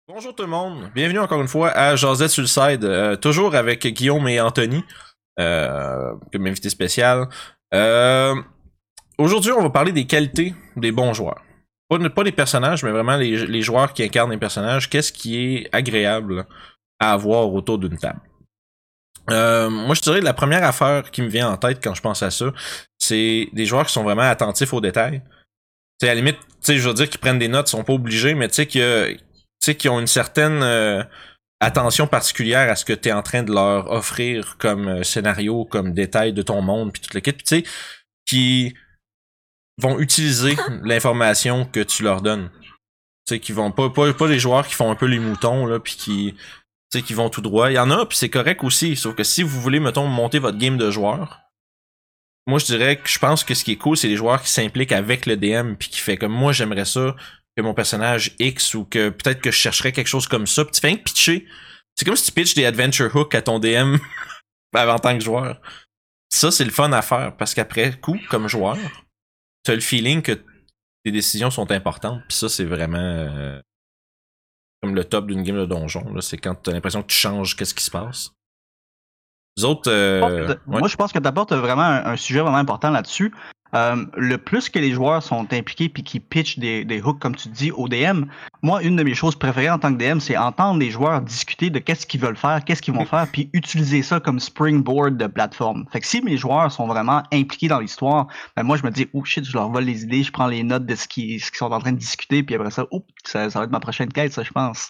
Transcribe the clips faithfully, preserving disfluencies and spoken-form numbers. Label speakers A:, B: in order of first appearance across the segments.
A: Bonjour tout le monde, bienvenue encore une fois à Josette sur le side, euh, toujours avec Guillaume et Anthony euh, comme invité spécial. Euh, aujourd'hui, on va parler des qualités des bons joueurs. Pas, pas des personnages, mais vraiment les, les joueurs qui incarnent les personnages. Qu'est-ce qui est agréable à avoir autour d'une table? Euh, moi, je dirais la première affaire qui me vient en tête quand je pense à ça, c'est des joueurs qui sont vraiment attentifs aux détails. T'sais, à la limite, tu sais, je veux dire qu'ils prennent des notes, ils sont pas obligés, mais tu sais que tu sais, qui ont une certaine euh, attention particulière à ce que tu es en train de leur offrir comme euh, scénario, comme détail de ton monde, puis tout le kit, tu sais, qui vont utiliser l'information que tu leur donnes. Tu sais, qui vont pas, pas, pas les joueurs qui font un peu les moutons, là, puis qui, tu sais, qui vont tout droit. Il y en a, puis c'est correct aussi, sauf que si vous voulez, mettons, monter votre game de joueurs, moi, je dirais que je pense que ce qui est cool, c'est les joueurs qui s'impliquent avec le D M, puis qui fait comme moi, j'aimerais ça, que mon personnage X, ou que peut-être que je chercherais quelque chose comme ça. Puis tu fais rien que pitcher. C'est comme si tu pitches des adventure hooks à ton D M en tant que joueur. Ça, c'est le fun à faire, parce qu'après coup, comme joueur, t'as le feeling que tes décisions sont importantes. Puis ça, c'est vraiment euh, comme le top d'une game de donjon. Là. C'est quand t'as l'impression que tu changes qu'est-ce qui se passe. Les autres, euh,
B: Moi,
A: ouais.
B: je pense que tu apportes vraiment un, un sujet vraiment important là-dessus. Euh, le plus que les joueurs sont impliqués puis qu'ils pitchent des, des hooks, comme tu dis, au D M, moi, une de mes choses préférées en tant que D M, c'est entendre les joueurs discuter de qu'est-ce qu'ils veulent faire, qu'est-ce qu'ils vont faire, puis utiliser ça comme springboard de plateforme. Fait que si mes joueurs sont vraiment impliqués dans l'histoire, ben moi, je me dis, oh shit, je leur vole les idées, je prends les notes de ce qu'ils, ce qu'ils sont en train de discuter, puis après ça, oups, ça, ça va être ma prochaine quête, ça, je pense.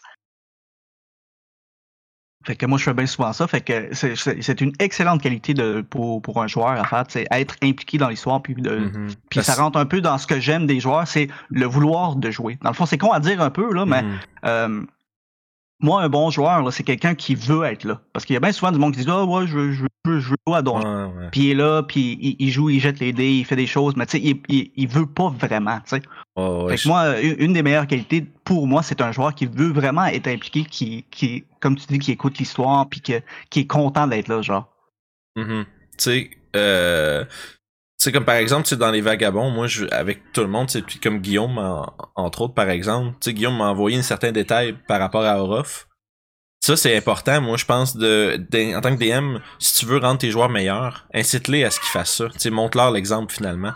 B: Fait que moi, je fais bien souvent ça. Fait que c'est, c'est, c'est une excellente qualité de, pour, pour un joueur à faire, c'est être impliqué dans l'histoire. Puis, de,
A: Mm-hmm.
B: puis ça rentre un peu dans ce que j'aime des joueurs, c'est le vouloir de jouer. Dans le fond, c'est con à dire un peu, là, mais
A: Mm-hmm.
B: euh, moi, un bon joueur, là, c'est quelqu'un qui veut être là. Parce qu'il y a bien souvent du monde qui dit « Ah ouais, je veux, je veux, je veux jouer à donjon.
A: Ouais, ouais.
B: Puis il est là, puis il, il joue, il jette les dés, il fait des choses, mais tu sais, il, il, il veut pas vraiment, tu sais.
A: Ouais, ouais,
B: Fait que moi, une des meilleures qualités pour moi, c'est un joueur qui veut vraiment être impliqué, qui, qui comme tu dis, qui écoute l'histoire, puis que, qui est content d'être là, genre.
A: Mm-hmm. Tu sais, euh, c'est comme par exemple, tu sais, dans les vagabonds, moi, je, avec tout le monde, tu sais, puis comme Guillaume, en, entre autres, par exemple, tu sais, Guillaume m'a envoyé un certain détail par rapport à Orof. Ça, c'est important, moi, je pense, de, de en tant que D M, si tu veux rendre tes joueurs meilleurs, incite-les à ce qu'ils fassent ça. Tu sais, montre-leur l'exemple, finalement.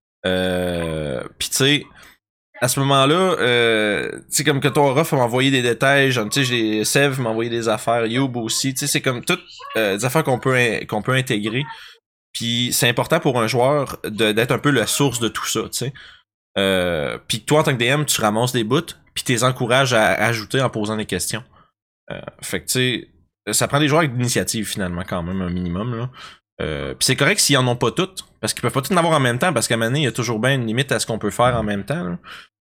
A: Euh, puis tu sais, à ce moment-là, euh, tu sais, comme que ton Orof m'a envoyé des détails, genre, tu sais, j'ai Sev m'a envoyé des affaires, Youb aussi, tu sais, c'est comme toutes euh, des affaires qu'on peut, qu'on peut intégrer. Puis c'est important pour un joueur de, d'être un peu la source de tout ça, tu sais. Euh, puis toi, en tant que D M, tu ramasses des bouts, puis tu les encourages à, à ajouter en posant des questions. Euh, fait que, tu sais, ça prend des joueurs avec d'initiative, finalement, quand même, un minimum, là. Euh, puis c'est correct s'ils en ont pas toutes, parce qu'ils peuvent pas tout en avoir en même temps, parce qu'à un moment donné, il y a toujours bien une limite à ce qu'on peut faire en même temps, là.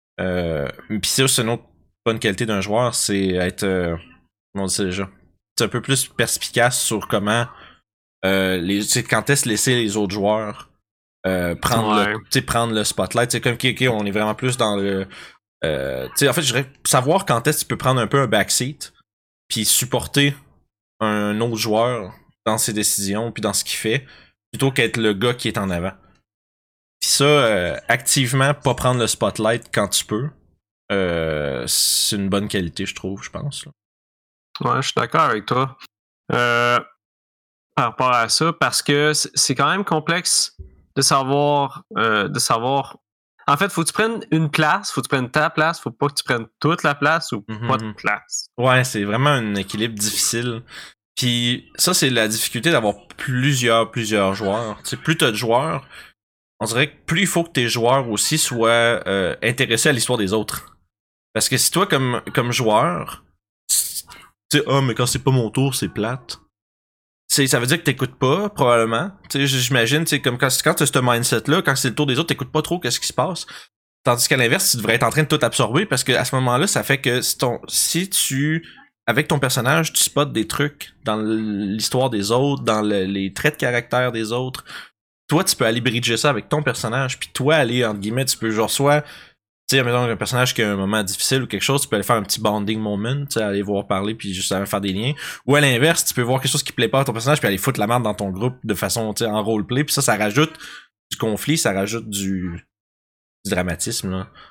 A: Euh, puis ça, c'est une autre bonne qualité d'un joueur, c'est être, euh, comment on dit ça déjà? C'est un peu plus perspicace sur comment Euh, les, quand est-ce laisser les autres joueurs euh, prendre,
C: ouais.
A: le, prendre le spotlight. C'est comme okay, okay, on est vraiment plus dans le. Euh, en fait, je dirais savoir quand est-ce que tu peux prendre un peu un backseat, puis supporter un autre joueur dans ses décisions, puis dans ce qu'il fait, plutôt qu'être le gars qui est en avant. Puis ça, euh, activement, pas prendre le spotlight quand tu peux, euh, c'est une bonne qualité, je trouve, je pense. Là.
C: Ouais, je suis d'accord avec toi. Euh, par rapport à ça, parce que c'est quand même complexe de savoir, euh, de savoir. En fait, faut que tu prennes une place, faut que tu prennes ta place, faut pas que tu prennes toute la place ou
A: Mm-hmm.
C: pas de place.
A: Ouais, c'est vraiment un équilibre difficile. Puis ça, c'est la difficulté d'avoir plusieurs, plusieurs joueurs. Tu sais, plus t'as de joueurs, on dirait que plus il faut que tes joueurs aussi soient euh, intéressés à l'histoire des autres. Parce que si toi, comme, comme joueur, tu sais, ah, oh, mais quand c'est pas mon tour, c'est plate. C'est, ça veut dire que t'écoutes pas, probablement. Tu sais, j'imagine, tu sais, comme quand, quand t'as ce mindset-là, quand c'est le tour des autres, t'écoutes pas trop qu'est-ce qui se passe. Tandis qu'à l'inverse, tu devrais être en train de tout absorber parce que à ce moment-là, ça fait que si, ton, si tu, avec ton personnage, tu spots des trucs dans l'histoire des autres, dans le, les traits de caractère des autres, toi, tu peux aller bridger ça avec ton personnage, puis toi, aller, entre guillemets, tu peux genre soit, tu sais, mettons un personnage qui a un moment difficile ou quelque chose, tu peux aller faire un petit bonding moment, tu sais, aller voir parler puis juste aller faire des liens. Ou à l'inverse, tu peux voir quelque chose qui plaît pas à ton personnage puis aller foutre la merde dans ton groupe de façon, tu sais, en roleplay, puis ça, ça rajoute du conflit, ça rajoute du, du dramatisme, là.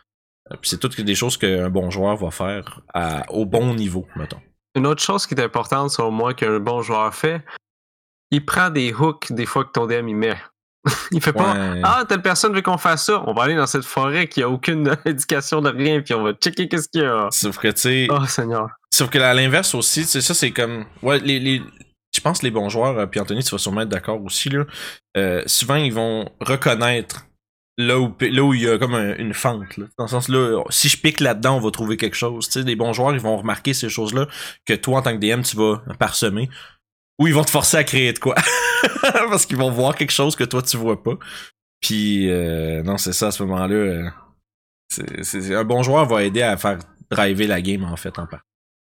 A: Euh, puis c'est toutes des choses qu'un bon joueur va faire à, au bon niveau, mettons.
C: Une autre chose qui est importante, selon moi, qu'un bon joueur fait, il prend des hooks des fois que ton D M il met. Il fait pas
A: Ouais.
C: Ah, telle personne veut qu'on fasse ça. On va aller dans cette forêt qui a aucune indication de rien, puis on va checker qu'est-ce qu'il y a.
A: Sauf que, tu sais.
C: Oh, Seigneur.
A: Sauf que à l'inverse aussi, tu sais, ça, c'est comme. Ouais, les. les je pense que les bons joueurs, euh, puis Anthony, tu vas sûrement être d'accord aussi, là. Euh, souvent, ils vont reconnaître là où, là où il y a comme un, une fente, là. Dans le sens là, si je pique là-dedans, on va trouver quelque chose. Tu sais, les bons joueurs, ils vont remarquer ces choses-là que toi, en tant que D M, tu vas parsemer. Ou ils vont te forcer à créer de quoi. Parce qu'ils vont voir quelque chose que toi, tu vois pas. Puis, euh, non, c'est ça, à ce moment-là. Euh, c'est, c'est, un bon joueur va aider à faire driver la game, en fait, en part.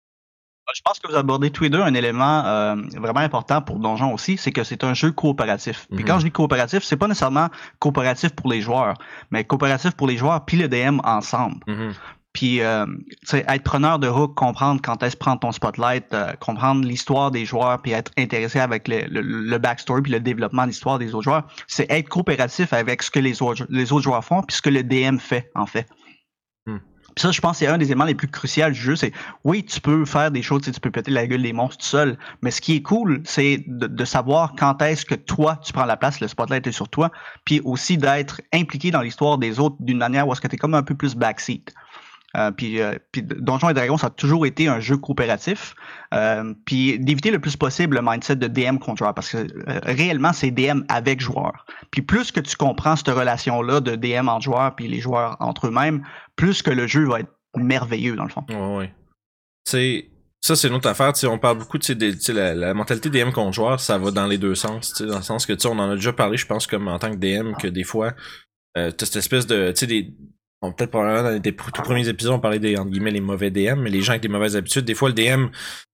B: Je pense que vous abordez tous les deux un élément euh, vraiment important pour Donjon aussi, c'est que c'est un jeu coopératif. Puis
A: Mhm.
B: quand je dis coopératif, c'est pas nécessairement coopératif pour les joueurs, mais coopératif pour les joueurs puis le D M ensemble.
A: Mhm.
B: Puis, euh, tu sais, être preneur de hook, comprendre quand est-ce prendre ton spotlight, euh, comprendre l'histoire des joueurs, puis être intéressé avec le, le, le backstory puis le développement de l'histoire des autres joueurs, c'est être coopératif avec ce que les autres, les autres joueurs font puis ce que le D M fait, en fait.
A: Hmm.
B: Puis ça, je pense que c'est un des éléments les plus cruciaux du jeu. C'est, oui, tu peux faire des choses, tu sais, tu peux péter la gueule des monstres tout seul, mais ce qui est cool, c'est de, de savoir quand est-ce que toi, tu prends la place, le spotlight est sur toi, puis aussi d'être impliqué dans l'histoire des autres d'une manière où est-ce que tu es comme un peu plus backseat. Euh, puis, euh, puis Donjons et Dragons, ça a toujours été un jeu coopératif. Euh, puis d'éviter le plus possible le mindset de D M contre joueur, parce que euh, réellement, c'est D M avec joueur. Puis plus que tu comprends cette relation-là de D M entre joueurs puis les joueurs entre eux-mêmes, plus que le jeu va être merveilleux, dans le fond.
A: Ouais, ouais. Tu sais, ça, c'est une autre affaire. Tu sais, on parle beaucoup, tu sais, de, tu sais, la, la mentalité D M contre joueur, ça va dans les deux sens. Tu sais, dans le sens que, tu sais, on en a déjà parlé, je pense, comme en tant que D M, que des fois, euh, t'as cette espèce de, tu sais, des. Bon, peut-être probablement dans les tout premiers épisodes, on parlait des, entre guillemets, les mauvais D M, mais les gens avec des mauvaises habitudes, des fois, le D M,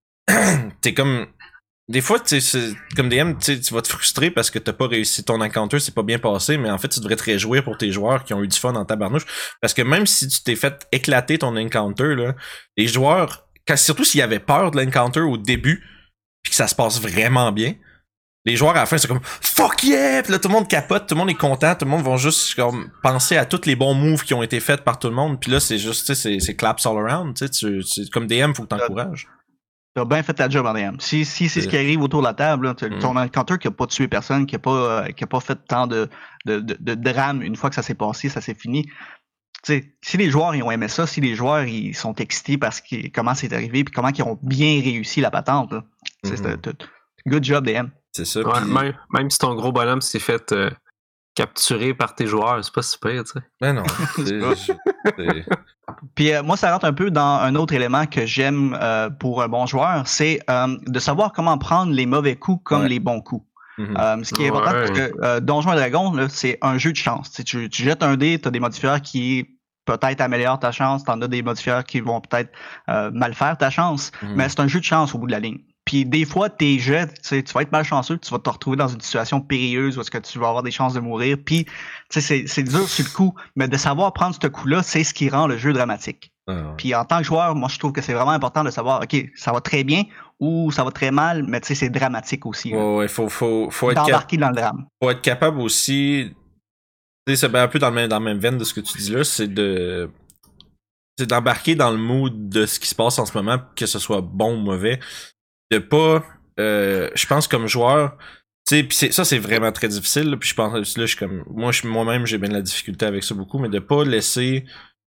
A: t'es comme. Des fois, tu sais, comme D M, tu vas te frustrer parce que t'as pas réussi ton encounter, c'est pas bien passé, mais en fait, tu devrais te réjouir pour tes joueurs qui ont eu du fun en tabarnouche. Parce que même si tu t'es fait éclater ton encounter, là, les joueurs, quand, surtout s'ils avaient peur de l'encounter au début, puis que ça se passe vraiment bien, les joueurs à la fin c'est comme fuck yeah, puis là tout le monde capote, tout le monde est content, tout le monde va juste comme penser à tous les bons moves qui ont été faits par tout le monde, puis là c'est juste, tu sais, c'est, c'est claps all around, tu sais, tu, tu, comme D M faut que t'encourages.
B: Tu as bien fait ta job en D M. Si, si c'est ce qui arrive autour de la table, là,
A: Mm.
B: ton encounter qui a pas tué personne, qui a pas, euh, qui a pas fait tant de, de, de, de drame une fois que ça s'est passé, ça s'est fini. T'sais, si les joueurs ils ont aimé ça, si les joueurs ils sont excités parce que comment c'est arrivé puis comment ils ont bien réussi la patente, là,
A: Mhm.
B: c'est, c'est, good job D M.
A: C'est ça.
C: Ouais,
A: Pis...
C: même, même si ton gros bonhomme s'est fait euh, capturer par tes joueurs, c'est pas super, tu sais.
A: Ben non. C'est, c'est...
B: Puis euh, moi, ça rentre un peu dans un autre élément que j'aime euh, pour un bon joueur, c'est euh, de savoir comment prendre les mauvais coups comme
A: Ouais.
B: les bons coups.
A: Mm-hmm.
B: Euh, ce qui est important,
C: Ouais.
B: parce que euh, Donjons et Dragons, là, c'est un jeu de chance. Tu, tu, tu jettes un dé, tu as des modifieurs qui peut-être améliorent ta chance, tu en as des modifieurs qui vont peut-être euh, mal faire ta chance,
A: Mhm.
B: mais c'est un jeu de chance au bout de la ligne. Puis des fois, tes jets, tu sais, tu vas être malchanceux, tu vas te retrouver dans une situation périlleuse où est-ce que tu vas avoir des chances de mourir. Puis, tu sais, c'est, c'est dur sur le coup, mais de savoir prendre ce coup-là, c'est ce qui rend le jeu dramatique.
A: Ah,
B: Puis en tant que joueur, moi je trouve que c'est vraiment important de savoir, ok, ça va très bien ou ça va très mal, mais tu sais, c'est dramatique aussi. là.
A: ouais, ouais, faut, faut, faut, être cap-
B: D'embarquer dans le drame.
A: faut être capable aussi. Tu sais, c'est un peu dans le même, dans le même veine de ce que tu dis là, c'est de. C'est d'embarquer dans le mood de ce qui se passe en ce moment, que ce soit bon ou mauvais. De pas. Euh, je pense comme joueur. Tu sais, pis c'est, ça c'est vraiment très difficile. Là, puis je pense là, je suis comme. Moi, je, moi-même, j'ai bien de la difficulté avec ça beaucoup, mais de pas laisser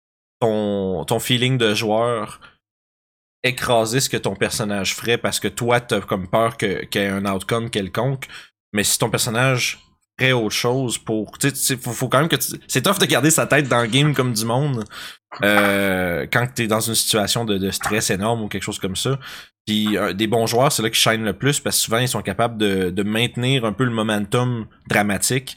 A: ton, ton feeling de joueur écraser ce que ton personnage ferait parce que toi, t'as comme peur que, qu'il y ait un outcome quelconque. Mais si ton personnage ferait autre chose pour. Tu sais, faut, faut quand même que tu. C'est tough de garder sa tête dans le game comme du monde. Euh, quand t'es dans une situation de, de stress énorme ou quelque chose comme ça. Puis euh, des bons joueurs, c'est là qui shine le plus parce que souvent ils sont capables de, de maintenir un peu le momentum dramatique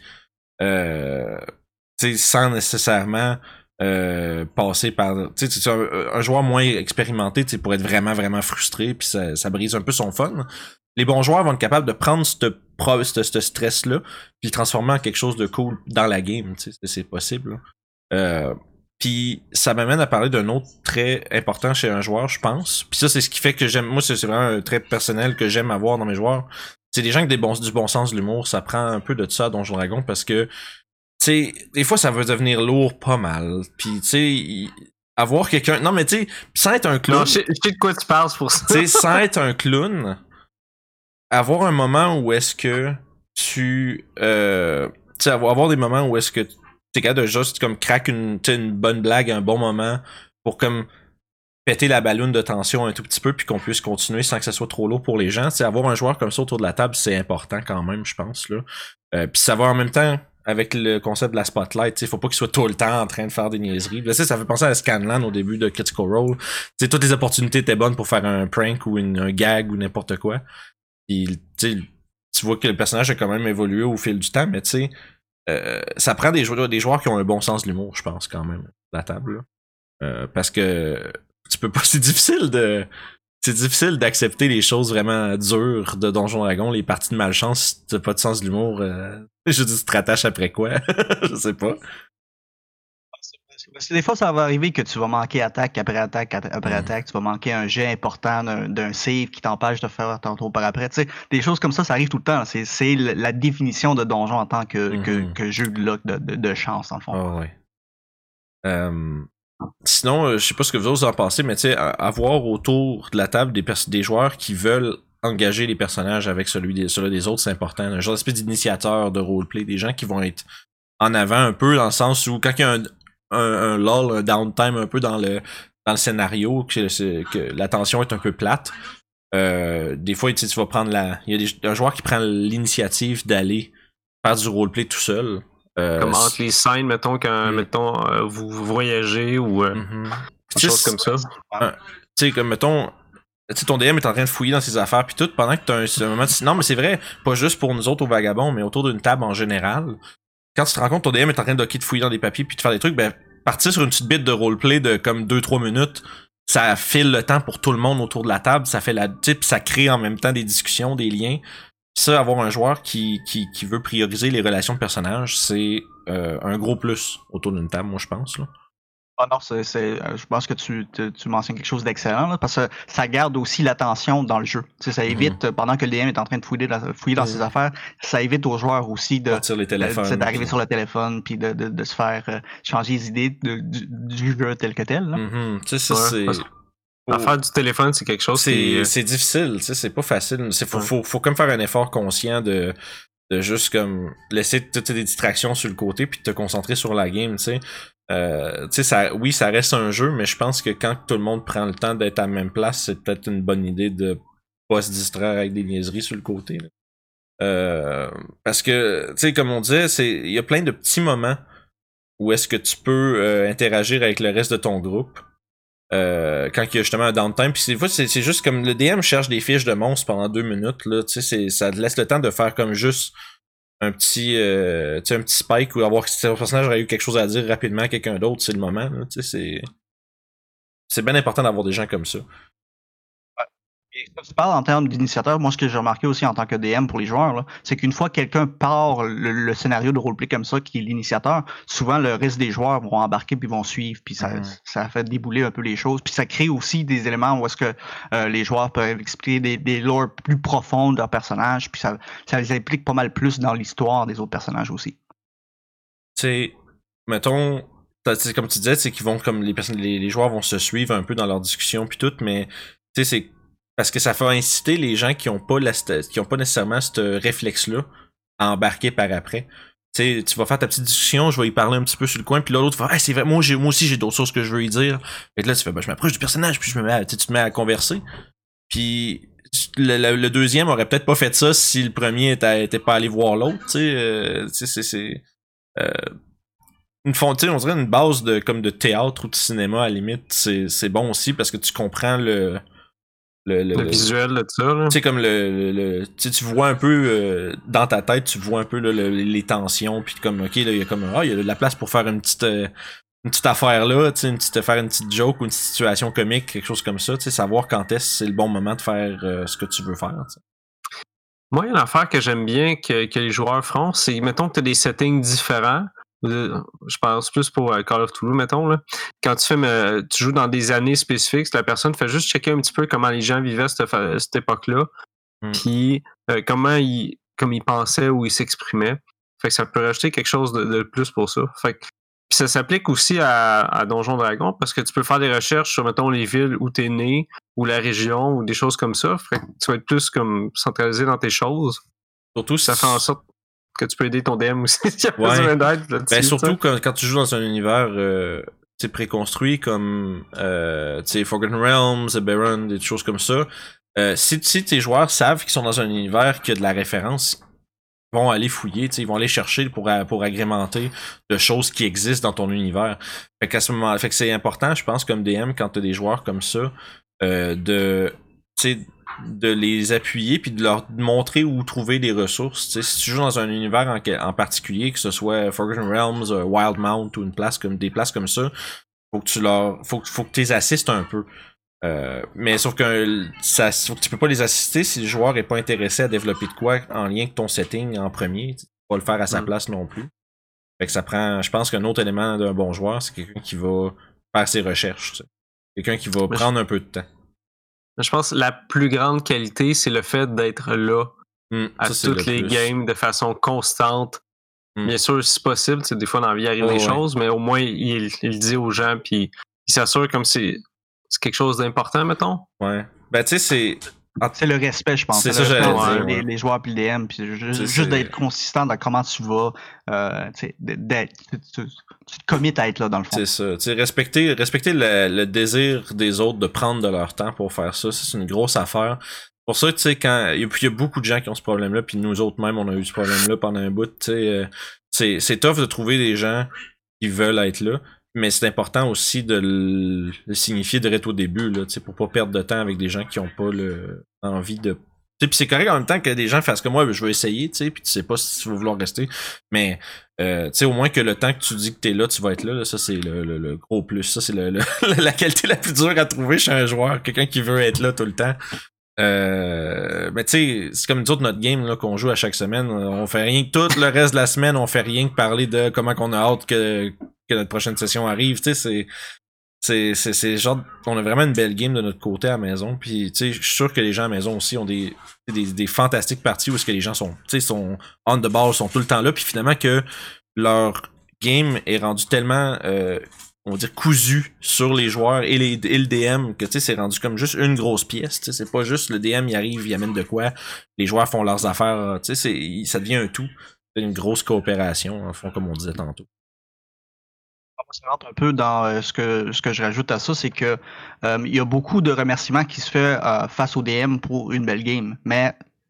A: euh, sans nécessairement euh, passer par. Tu sais, un, un joueur moins expérimenté pourrait être vraiment vraiment frustré puis ça, ça brise un peu son fun. Les bons joueurs vont être capables de prendre ce stress-là puis le transformer en quelque chose de cool dans la game. C'est, c'est possible. Euh, Puis ça m'amène à parler d'un autre trait important chez un joueur, je pense. Puis ça, c'est ce qui fait que j'aime. Moi, c'est, c'est vraiment un trait personnel que j'aime avoir dans mes joueurs. C'est des gens qui ont des bons, du bon sens de l'humour. Ça prend un peu de ça à Donjon Dragon parce que tu sais, des fois, ça veut devenir lourd pas mal. Puis, tu sais, avoir quelqu'un... Non, mais tu sais, sans être un clown...
C: Non, je sais, je sais de quoi tu parles pour ça.
A: Tu sais, sans être un clown, avoir un moment où est-ce que tu... Euh, tu sais, avoir, avoir des moments où est-ce que t'es capable de juste, comme, craquer une, une bonne blague à un bon moment pour, comme... péter la balloune de tension un tout petit peu puis qu'on puisse continuer sans que ça soit trop lourd pour les gens. T'sais, avoir un joueur comme ça autour de la table, c'est important quand même, je pense. Là. Euh, puis ça va en même temps avec le concept de la spotlight. Il faut pas qu'il soit tout le temps en train de faire des niaiseries. Là, ça fait penser à Scanlan au début de Critical Role. T'sais, toutes les opportunités étaient bonnes pour faire un prank ou une, un gag ou n'importe quoi. Puis tu vois que le personnage a quand même évolué au fil du temps, mais tu sais, euh, ça prend des joueurs, des joueurs qui ont un bon sens de l'humour, je pense, quand même, la table. Là. Euh, parce que tu peux pas, c'est difficile de, c'est difficile d'accepter les choses vraiment dures de Donjon Dragon, les parties de malchance, si t'as pas de sens de l'humour, euh, je dis, tu te rattaches après quoi? Je sais pas.
B: Parce que des fois, ça va arriver que tu vas manquer attaque après attaque après
A: Mm.
B: attaque, tu vas manquer un jet important d'un, d'un save qui t'empêche de faire ton tour par après. Tu sais, des choses comme ça, ça arrive tout le temps. C'est, c'est la définition de donjon en tant que,
A: Mm-hmm.
B: que, que jeu de luck, de, de, de chance, en fond.
A: Oh, ouais. Euh, sinon, euh, je sais pas ce que vous autres en pensez, mais tu sais, avoir autour de la table des, pers- des joueurs qui veulent engager les personnages avec celui des, celui des autres, c'est important. Un genre d'espèce d'initiateur de roleplay, des gens qui vont être en avant un peu dans le sens où quand il y a un, un, un lull, un downtime un peu dans le, dans le scénario, que, que la tension est un peu plate, euh, des fois, tu sais, tu vas prendre la... Il y a des, un joueur qui prend l'initiative d'aller faire du roleplay tout seul. Euh,
C: Comme entre les scènes, mettons, quand
A: Mm.
C: mettons, euh, vous, vous voyagez ou euh,
A: mm-hmm.
C: des choses comme ça.
A: Tu sais, comme mettons, tu sais, ton D M est en train de fouiller dans ses affaires puis tout, pendant que t'as un, un moment de... Non, mais c'est vrai, pas juste pour nous autres au vagabond, mais autour d'une table en général. Quand tu te rends compte ton D M est en train de docker, de fouiller dans des papiers puis de faire des trucs, ben, partir sur une petite bite de roleplay de comme deux trois minutes, ça file le temps pour tout le monde autour de la table, ça fait la... Tu sais, ça crée en même temps des discussions, des liens. Pis ça, avoir un joueur qui, qui, qui veut prioriser les relations de personnages, c'est euh, un gros plus autour d'une table, moi, je pense, là.
B: Ah non, c'est, c'est, euh, je pense que tu, tu, tu mentionnes quelque chose d'excellent, là, parce que ça garde aussi l'attention dans le jeu. Tu sais, ça évite,
A: Mhm.
B: euh, pendant que le D M est en train de fouiller, dans, fouiller dans
A: Mhm.
B: ses affaires, ça évite aux joueurs aussi de,
A: Sortir les téléphones.
B: de- c'est d'arriver
A: puis-
B: sur le téléphone puis de, de, de se faire euh, changer les idées de- du, du jeu tel que tel. Là.
A: Mhm. Tu sais, ça,
C: Ouais,
A: c'est...
C: parce que
A: faut-
C: L'affaire du téléphone, c'est quelque chose qui
A: C'est,
C: est.
A: c'est difficile, tu sais, c'est pas facile. C'est, faut,
C: Ouais.
A: faut, faut comme faire un effort conscient de, de juste comme laisser toutes les distractions sur le côté puis de te concentrer sur la game, tu sais. Euh, tu sais, ça, oui, ça reste un jeu, mais je pense que quand tout le monde prend le temps d'être à la même place, c'est peut-être une bonne idée de pas se distraire avec des niaiseries sur le côté. Là. Euh, parce que, tu sais, comme on disait, c'est, il y a plein de petits moments où est-ce que tu peux euh, interagir avec le reste de ton groupe. Euh, quand il y a justement un downtime, puis des fois c'est, c'est juste comme le D M cherche des fiches de monstres pendant deux minutes là, tu sais, c'est, ça te laisse le temps de faire comme juste un petit, euh, tu sais, un petit spike ou avoir si ton personnage aurait eu quelque chose à dire rapidement à quelqu'un d'autre, c'est le moment, là, tu sais, c'est, c'est bien important d'avoir des gens comme ça.
B: Et quand tu parles en termes d'initiateur, moi ce que j'ai remarqué aussi en tant que D M pour les joueurs, là, c'est qu'une fois que quelqu'un part le, le scénario de roleplay comme ça, qui est l'initiateur, souvent le reste des joueurs vont embarquer puis vont suivre, puis ça,
A: Mhm.
B: ça fait débouler un peu les choses, puis ça crée aussi des éléments où est-ce que euh, les joueurs peuvent expliquer des, des lores plus profondes de leurs personnages, puis ça, ça les implique pas mal plus dans l'histoire des autres personnages aussi.
A: Tu sais, mettons, t'as- t'sais, comme tu disais, c'est qu'ils vont comme les personnes, les, les joueurs vont se suivre un peu dans leur discussion puis tout, mais tu sais, c'est parce que ça fait inciter les gens qui ont pas la, qui ont pas nécessairement ce réflexe-là à embarquer par après. Tu sais, tu vas faire ta petite discussion, je vais y parler un petit peu sur le coin, puis là l'autre va, hey, c'est vrai, moi j'ai, moi aussi j'ai d'autres choses que je veux y dire. Et là tu fais, ben je m'approche du personnage, puis je me mets, à, tu te mets à converser. Puis le, le, le deuxième aurait peut-être pas fait ça si le premier était, était pas allé voir l'autre. Tu sais, euh, tu sais, c'est, c'est euh, une fond, tu sais, on dirait une base de comme de théâtre ou de cinéma à la limite, c'est, c'est bon aussi parce que tu comprends le le, le,
C: Le
A: le-
C: visuel de ça, là.
A: tu sais comme le, le, le- tu sais, tu vois un peu euh, dans ta tête, tu vois un peu là, le- les tensions puis comme ok là il y a comme ah il y a de la place pour faire une petite euh, une petite affaire là, tu sais une petite faire une petite joke ou une petite situation comique, quelque chose comme ça, tu sais savoir quand est-ce que c'est le bon moment de faire euh, ce que tu veux faire. Tu sais.
C: Moi, il y a une affaire que j'aime bien que, que les joueurs feront, c'est, mettons que tu as des settings différents. euh, Je pense plus pour euh, Call of Cthulhu, mettons. Là. Quand tu, fais, euh, tu joues dans des années spécifiques, la personne fait juste checker un petit peu comment les gens vivaient à cette, fa- cette époque-là,
A: Mm.
C: puis euh, comment ils, comme ils pensaient ou ils s'exprimaient. Fait que ça peut rajouter quelque chose de, de plus pour ça. Fait que puis ça s'applique aussi à, à Donjon Dragon parce que tu peux faire des recherches sur, mettons, les villes où t'es né ou la région ou des choses comme ça. Fait que tu vas être plus comme centralisé dans tes choses.
A: Surtout
C: ça fait en sorte que tu peux aider ton D M aussi s'il y a
A: ouais.
C: besoin d'aide là-dessus.
A: Ben, surtout quand, quand tu joues dans un univers euh, préconstruit comme euh, Forgotten Realms, Eberron, des choses comme ça, euh, si, si tes joueurs savent qu'ils sont dans un univers qui a de la référence, ils vont aller fouiller, ils vont aller chercher pour, pour agrémenter de choses qui existent dans ton univers. Fait qu'à ce moment, fait que c'est important, je pense, comme D M, quand tu as des joueurs comme ça, euh, de, de les appuyer puis de leur montrer où trouver des ressources. T'sais, si tu joues dans un univers en, en particulier, que ce soit Forgotten Realms, Wildmount ou une place comme des places comme ça, faut que tu leur, faut, faut que tu les assistes un peu. Euh, mais sauf que ça, faut que tu peux pas les assister si le joueur est pas intéressé à développer de quoi en lien avec ton setting en premier. Tu peux pas le faire à sa mm. place non plus. Fait que ça prend, je pense qu'un autre élément d'un bon joueur, c'est quelqu'un qui va faire ses recherches. T'sais. Quelqu'un qui va mais prendre je... un peu de temps.
C: Je pense que la plus grande qualité, c'est le fait d'être là mm, à ça, toutes les plus. games de façon constante. Mm. Bien sûr, si possible, des fois dans la vie il arrive oh, des ouais. choses, mais au moins il, il dit aux gens puis il s'assure comme c'est c'est quelque chose d'important, mettons.
A: Ouais. Ben, tu sais, c'est.
B: C'est le respect, je pense.
A: C'est ça, j'allais dire.
B: Les, ouais. les joueurs puis le D M, puis juste, juste d'être consistant dans comment tu vas. Euh, tu, tu, tu te commits à être là, dans le fond.
A: C'est ça. Tu sais, respecter, respecter le, le désir des autres de prendre de leur temps pour faire ça, c'est une grosse affaire. Pour ça, tu sais, quand. Il y a beaucoup de gens qui ont ce problème-là, puis nous autres même, on a eu ce problème-là pendant un bout. Tu sais, euh, c'est, c'est tough de trouver des gens qui veulent être là. Mais c'est important aussi de le, le signifier direct au début, là, pour pas perdre de temps avec des gens qui ont pas le envie de. Puis c'est correct en même temps que des gens fassent comme moi, je veux essayer, tu sais, puis tu sais pas si tu vas vouloir rester. Mais euh, tu sais, au moins que le temps que tu dis que t'es là, tu vas être là, là ça c'est le, le, le gros plus. Ça, c'est le, le, la qualité la plus dure à trouver chez un joueur, quelqu'un qui veut être là tout le temps. Euh, mais tu sais, c'est comme nous autres notre game là, qu'on joue à chaque semaine, on fait rien que tout le reste de la semaine, on fait rien que parler de comment qu'on a hâte que, que notre prochaine session arrive, tu sais, c'est c'est c'est c'est genre on a vraiment une belle game de notre côté à la maison, puis tu sais, je suis sûr que les gens à la maison aussi ont des des, des fantastiques parties où est-ce que les gens sont tu sais sont on the ball, sont tout le temps là, puis finalement que leur game est rendu tellement euh, on va dire cousu sur les joueurs et, les, et le D M, que tu sais, c'est rendu comme juste une grosse pièce, tu sais, c'est pas juste le D M, il arrive, il amène de quoi, les joueurs font leurs affaires, tu sais, c'est, ça devient un tout, c'est une grosse coopération, en fond, comme on disait tantôt.
B: Ça rentre un peu dans euh, ce que ce que je rajoute à ça, c'est que euh, il y a beaucoup de remerciements qui se fait euh, face au D M pour une belle game, mais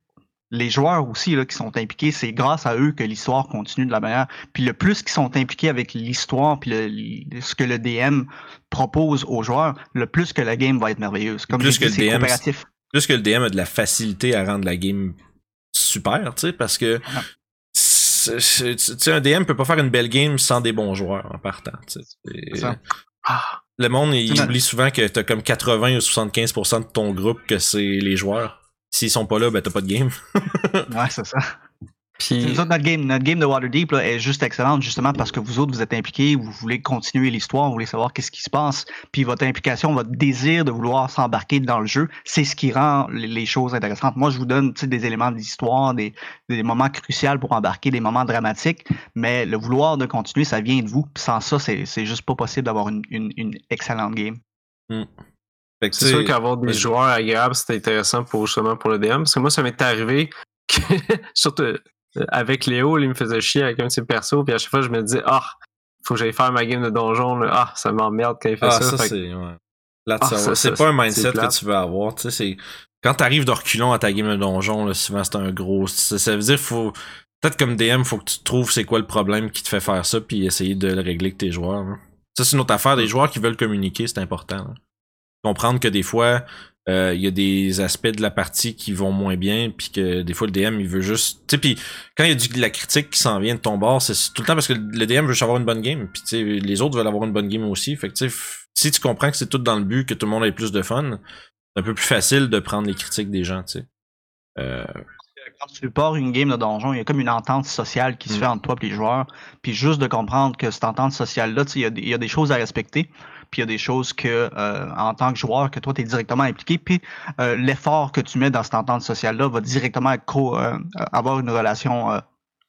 B: les joueurs aussi là, qui sont impliqués, c'est grâce à eux que l'histoire continue de la manière. Puis le plus qu'ils sont impliqués avec l'histoire puis le, ce que le D M propose aux joueurs, le plus que la game va être merveilleuse. Comme
A: plus
B: je dis,
A: c'est
B: coopératif.
A: Plus que le D M a de la facilité à rendre la game super, tu sais, parce que ah. c'est, c'est, tu sais, un D M peut pas faire une belle game sans des bons joueurs en partant. Tu sais. Ah. Le monde, il oublie souvent que t'as comme quatre-vingts ou soixante-quinze pour cent de ton groupe que c'est les joueurs. S'ils sont pas là, ben t'as pas de game.
B: Ouais, c'est ça. Puis nous autres, notre game, notre game de Waterdeep là, est juste excellente, justement parce que vous autres, vous êtes impliqués, vous voulez continuer l'histoire, vous voulez savoir qu'est-ce qui se passe, puis votre implication, votre désir de vouloir s'embarquer dans le jeu, c'est ce qui rend les, les choses intéressantes. Moi, je vous donne des éléments de l'histoire, des, des moments cruciaux pour embarquer, des moments dramatiques, mais le vouloir de continuer, ça vient de vous. Puis sans ça, c'est, c'est juste pas possible d'avoir une, une, une excellente game.
A: Mm.
C: C'est, c'est sûr qu'avoir des joueurs agréables, c'est intéressant pour justement pour le D M, parce que moi, ça m'est arrivé que, surtout avec Léo, il me faisait chier avec un de ses persos, puis à chaque fois, je me disais, ah, faut que j'aille faire ma game de donjon, là. Ah, ça m'emmerde quand il fait
A: ah,
C: ça.
A: ça
C: fait...
A: c'est, ouais. Là,
C: ah,
A: ça,
C: ça,
A: c'est
C: ça,
A: pas un mindset
C: que
A: tu veux avoir, tu sais, c'est, quand t'arrives de reculons à ta game de donjon, là, souvent, c'est un gros, ça, ça veut dire, faut, peut-être comme D M, faut que tu trouves c'est quoi le problème qui te fait faire ça, puis essayer de le régler avec tes joueurs, hein. Ça, c'est une autre affaire, des joueurs qui veulent communiquer, c'est important, hein. Comprendre que des fois, il euh, y a des aspects de la partie qui vont moins bien, puis que des fois le D M il veut juste, tu sais, puis quand il y a du, de la critique qui s'en vient de ton bord, c'est tout le temps parce que le D M veut juste avoir une bonne game, puis tu sais les autres veulent avoir une bonne game aussi. Fait que tu sais, si tu comprends que c'est tout dans le but, que tout le monde ait plus de fun, c'est un peu plus facile de prendre les critiques des gens, tu sais. Euh...
B: Quand tu pars une game de donjon, il y a comme une entente sociale qui se mm. fait entre toi et les joueurs, puis juste de comprendre que cette entente sociale là, tu sais, il y, y a des choses à respecter. Puis il y a des choses que, euh, en tant que joueur, que toi, tu es directement impliqué. Puis euh, l'effort que tu mets dans cette entente sociale-là va directement co- euh, avoir une relation euh,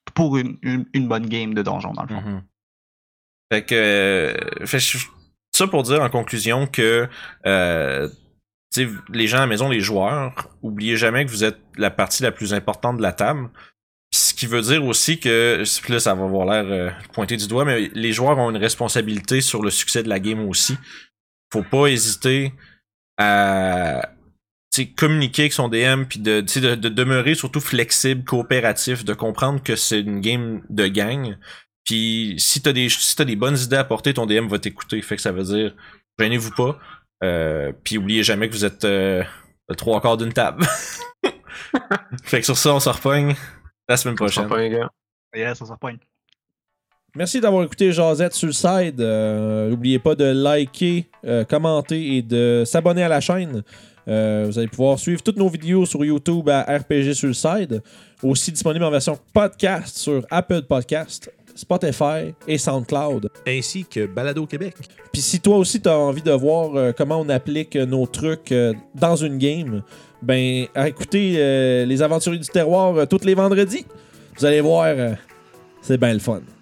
B: pour une, une, une bonne game de donjon, dans le fond.
A: Mm-hmm. Fait que, euh, fait, ça pour dire en conclusion que euh, les gens à la maison, les joueurs, oubliez jamais que vous êtes la partie la plus importante de la table. Ce qui veut dire aussi que, là ça va avoir l'air euh, pointé du doigt, mais les joueurs ont une responsabilité sur le succès de la game aussi. Faut pas hésiter à communiquer avec son D M puis de, de, de demeurer surtout flexible, coopératif, de comprendre que c'est une game de gang. Puis si t'as des si t'as des bonnes idées à porter, ton D M va t'écouter. Fait que ça veut dire gênez-vous pas. Euh, puis oubliez jamais que vous êtes euh, le trois quarts d'une table. Fait que sur ça, on se repogne la semaine prochaine.
C: On se repogne, gars.
B: Yes, on se repogne.
D: Merci d'avoir écouté Jazette sur le side. Euh, n'oubliez pas de liker, euh, commenter et de s'abonner à la chaîne. Euh, vous allez pouvoir suivre toutes nos vidéos sur YouTube à R P G sur le side. Aussi disponible en version podcast sur Apple Podcast, Spotify et SoundCloud.
E: Ainsi que Balado Québec.
D: Puis si toi aussi tu as envie de voir euh, comment on applique nos trucs euh, dans une game, ben écoutez euh, Les Aventuriers du Terroir euh, tous les vendredis. Vous allez voir, euh, c'est bien le fun.